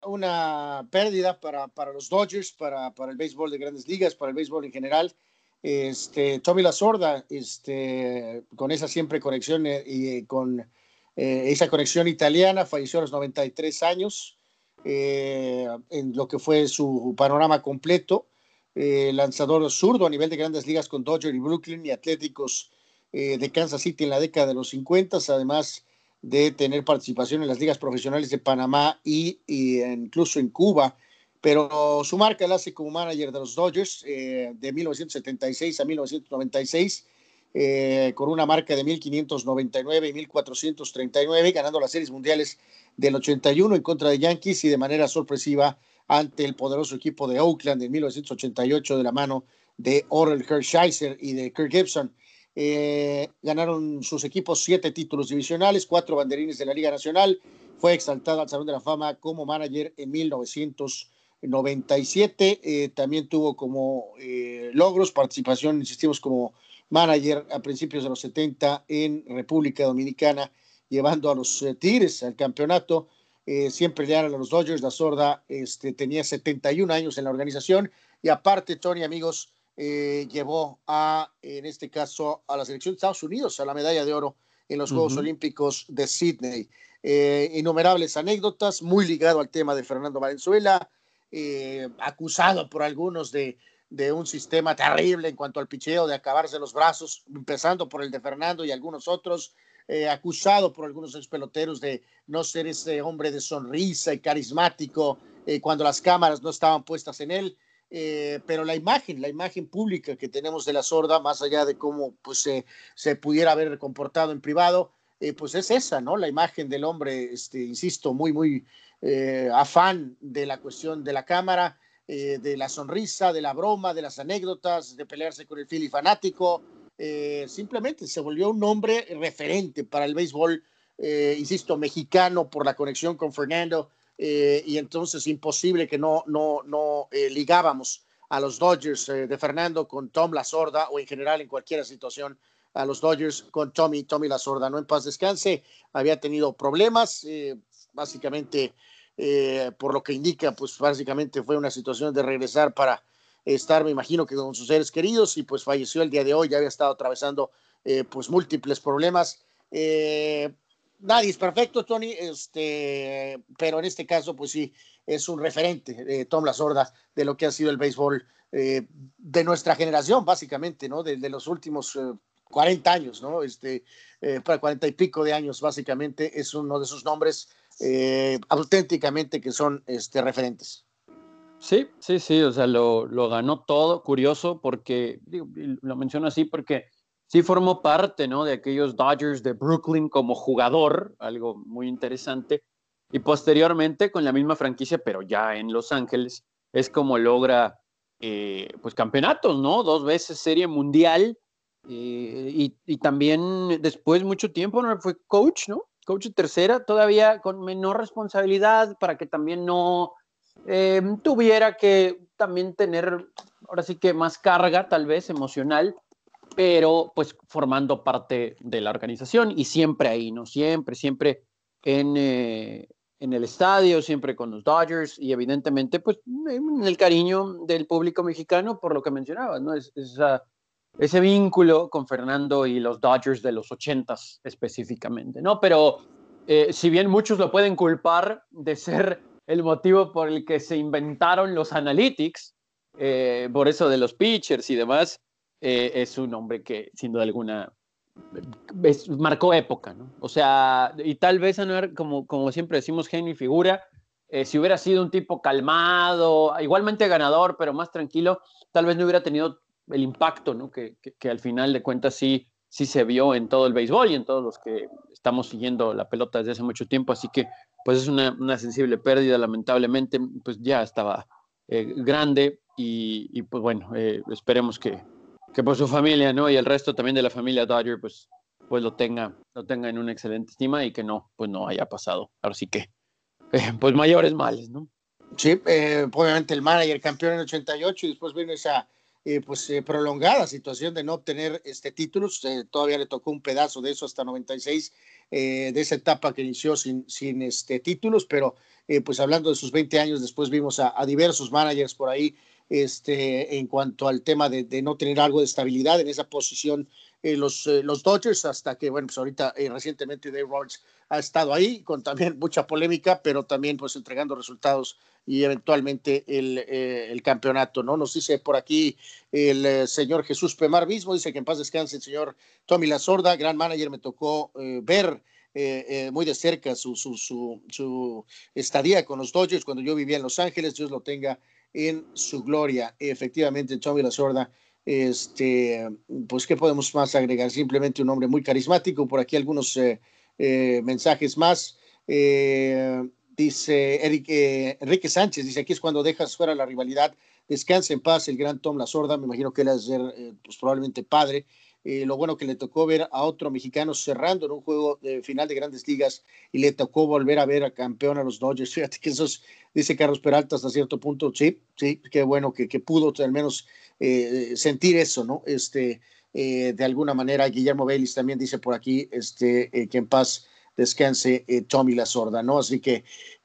una pérdida para los Dodgers, para el béisbol de Grandes Ligas, para el béisbol en general. Tommy Lasorda, con esa siempre conexión y con esa conexión italiana, falleció a los 93 años, en lo que fue su panorama completo. Lanzador zurdo a nivel de Grandes Ligas con Dodgers y Brooklyn y Atléticos de Kansas City en la década de los 50, además de tener participación en las ligas profesionales de Panamá y incluso en Cuba. Pero su marca la hace como manager de los Dodgers de 1976 a 1996, con una marca de 1,599 y 1,439, ganando las series mundiales del 81 en contra de Yankees y de manera sorpresiva ante el poderoso equipo de Oakland en 1988 de la mano de Orel Hershiser y de Kirk Gibson. Ganaron sus equipos 7 títulos divisionales, 4 banderines de la Liga Nacional. Fue exaltado al Salón de la Fama como manager en 1997. También tuvo como logros participación, insistimos, como manager a principios de los 70 en República Dominicana, llevando a los Tigres al campeonato. Siempre le eran a los Dodgers. Lasorda tenía 71 años en la organización y aparte, Tony, amigos, llevó en este caso, a la selección de Estados Unidos a la medalla de oro en los Juegos Olímpicos de Sydney. Innumerables anécdotas, muy ligado al tema de Fernando Valenzuela, acusado por algunos de un sistema terrible en cuanto al picheo, de acabarse los brazos, empezando por el de Fernando y algunos otros, acusado por algunos expeloteros de no ser ese hombre de sonrisa y carismático cuando las cámaras no estaban puestas en él. Pero la imagen pública que tenemos de Lasorda, más allá de cómo pues, se pudiera haber comportado en privado, pues es esa, ¿no? La imagen del hombre, insisto, muy afán de la cuestión de la cámara, de la sonrisa, de la broma, de las anécdotas, de pelearse con el Philly fanático. Simplemente se volvió un hombre referente para el béisbol, insisto, mexicano, por la conexión con Fernando. Y entonces imposible que no ligábamos a los Dodgers de Fernando con Tom Lasorda, o en general en cualquier situación a los Dodgers con Tommy Lasorda. No en paz descanse, había tenido problemas, básicamente por lo que indica, pues básicamente fue una situación de regresar para estar, me imagino que con sus seres queridos, y pues falleció el día de hoy. Ya había estado atravesando pues múltiples problemas. Nadie es perfecto, Tony, pero en este caso, pues sí, es un referente, Tom Lasorda, de lo que ha sido el béisbol de nuestra generación, básicamente, ¿no? De los últimos 40 años, ¿no? Para 40 y pico de años, básicamente, es uno de esos nombres auténticamente que son referentes. Sí, o sea, lo ganó todo. Curioso porque, digo, lo menciono así porque sí formó parte, ¿no?, de aquellos Dodgers de Brooklyn como jugador, algo muy interesante, y posteriormente con la misma franquicia, pero ya en Los Ángeles, es como logra pues campeonatos, ¿no? 2 veces Serie Mundial, y también después mucho tiempo, ¿no?, fue coach, ¿no? Coach de tercera, todavía con menor responsabilidad para que también no tuviera que también tener, ahora sí que más carga tal vez emocional, pero pues formando parte de la organización y siempre ahí, ¿no? Siempre en el estadio, siempre con los Dodgers y evidentemente pues en el cariño del público mexicano por lo que mencionabas, ¿no? Ese vínculo con Fernando y los Dodgers de los 80s específicamente, ¿no? Pero si bien muchos lo pueden culpar de ser el motivo por el que se inventaron los analytics, por eso de los pitchers y demás, es un hombre que sin duda alguna marcó época, ¿no? O sea, y tal vez, Anuar, como siempre decimos, genio y figura, si hubiera sido un tipo calmado, igualmente ganador, pero más tranquilo, tal vez no hubiera tenido el impacto, ¿no?, que al final de cuentas sí se vio en todo el béisbol y en todos los que estamos siguiendo la pelota desde hace mucho tiempo. Así que pues es una sensible pérdida, lamentablemente. Pues ya estaba grande y pues bueno, esperemos que por su familia, ¿no?, y el resto también de la familia Dodger, pues lo tenga en una excelente estima y que no haya pasado. Ahora sí que pues mayores males, ¿no? Sí, obviamente el manager campeón en 88 y después vino esa prolongada situación de no obtener títulos. Todavía le tocó un pedazo de eso hasta 96, de esa etapa que inició sin títulos, pero pues hablando de sus 20 años, después vimos a diversos managers por ahí en cuanto al tema de no tener algo de estabilidad en esa posición, los Dodgers, hasta que, bueno, pues ahorita recientemente Dave Roberts ha estado ahí con también mucha polémica, pero también pues entregando resultados y eventualmente el campeonato, ¿no? Nos dice por aquí el señor Jesús Pemar mismo, dice que en paz descanse el señor Tommy Lasorda, gran manager, me tocó ver muy de cerca su estadía con los Dodgers cuando yo vivía en Los Ángeles, Dios lo tenga en su gloria. Efectivamente, Tommy Lasorda, pues qué podemos más agregar, simplemente un hombre muy carismático. Por aquí algunos mensajes más. Dice Enrique Sánchez, dice, aquí es cuando dejas fuera la rivalidad, descansa en paz el gran Tom Lasorda, me imagino que él es ser pues probablemente padre. Lo bueno que le tocó ver a otro mexicano cerrando en un juego de final de Grandes Ligas y le tocó volver a ver a campeón a los Dodgers. Fíjate que eso es, dice Carlos Peralta, hasta cierto punto, sí, qué bueno que pudo al menos sentir eso, ¿no? De alguna manera, Guillermo Vélez también dice por aquí que en paz descanse Tommy Lasorda, ¿no? Así que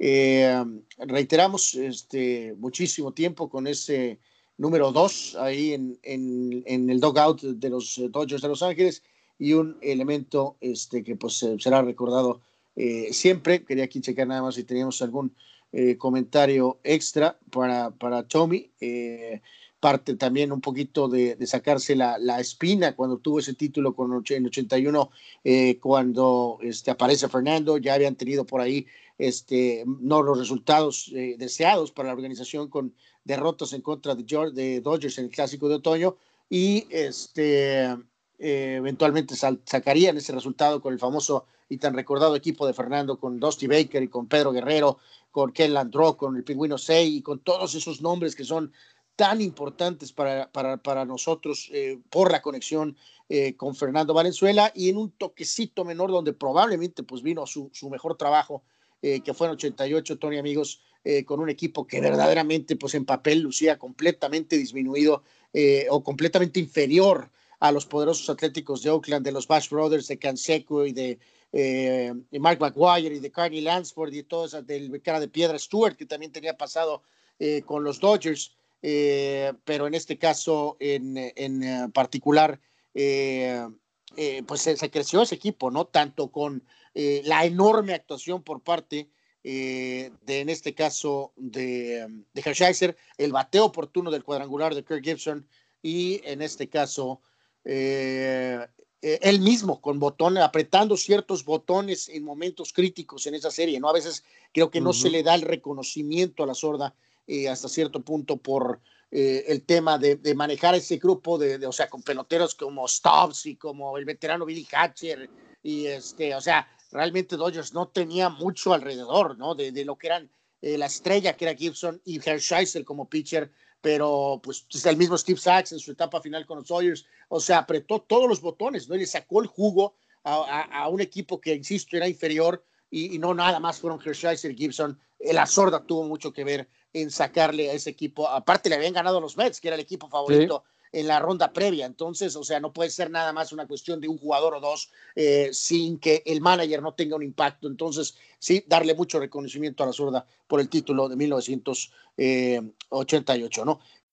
reiteramos muchísimo tiempo con ese número 2 ahí en el dugout de los Dodgers de Los Ángeles, y un elemento que pues será recordado siempre. Quería aquí checar nada más si teníamos algún comentario extra para Tommy. Parte también un poquito de sacarse la espina cuando tuvo ese título en 81, cuando aparece Fernando. Ya habían tenido por ahí no los resultados deseados para la organización, con derrotas en contra de Dodgers en el Clásico de Otoño, y eventualmente sacarían ese resultado con el famoso y tan recordado equipo de Fernando, con Dusty Baker y con Pedro Guerrero, con Ken Landreau, con el Pingüino Sey y con todos esos nombres que son tan importantes para nosotros por la conexión con Fernando Valenzuela, y en un toquecito menor donde probablemente pues vino su mejor trabajo, que fue en 88, Tony, amigos, con un equipo que verdaderamente pues en papel lucía completamente disminuido, o completamente inferior a los poderosos Atléticos de Oakland, de los Bash Brothers, de Canseco y de Mark McGwire y de Carney Lansford y todo eso, del cara de piedra Stewart, que también tenía pasado con los Dodgers. Pero en este caso en particular, pues se creció ese equipo, ¿no? Tanto con la enorme actuación por parte en este caso de Hershiser, el bateo oportuno del cuadrangular de Kirk Gibson, y en este caso él mismo con apretando ciertos botones en momentos críticos en esa serie, ¿no? A veces creo que no se le da el reconocimiento a Lasorda hasta cierto punto por el tema de manejar ese grupo o sea, con peloteros como Stubbs y como el veterano Billy Hatcher, y o sea, realmente Dodgers no tenía mucho alrededor, ¿no? De lo que eran la estrella que era Gibson y Hershiser como pitcher, pero pues el mismo Steve Sax en su etapa final con los Dodgers, o sea, apretó todos los botones, ¿no? Y le sacó el jugo a un equipo que, insisto, era inferior, y no nada más fueron Hershiser y Gibson. Lasorda tuvo mucho que ver en sacarle a ese equipo. Aparte le habían ganado a los Mets, que era el equipo favorito en la ronda previa. Entonces, o sea, no puede ser nada más una cuestión de un jugador o dos sin que el manager no tenga un impacto. Entonces, sí, darle mucho reconocimiento a Lasorda por el título de 1988, ¿no?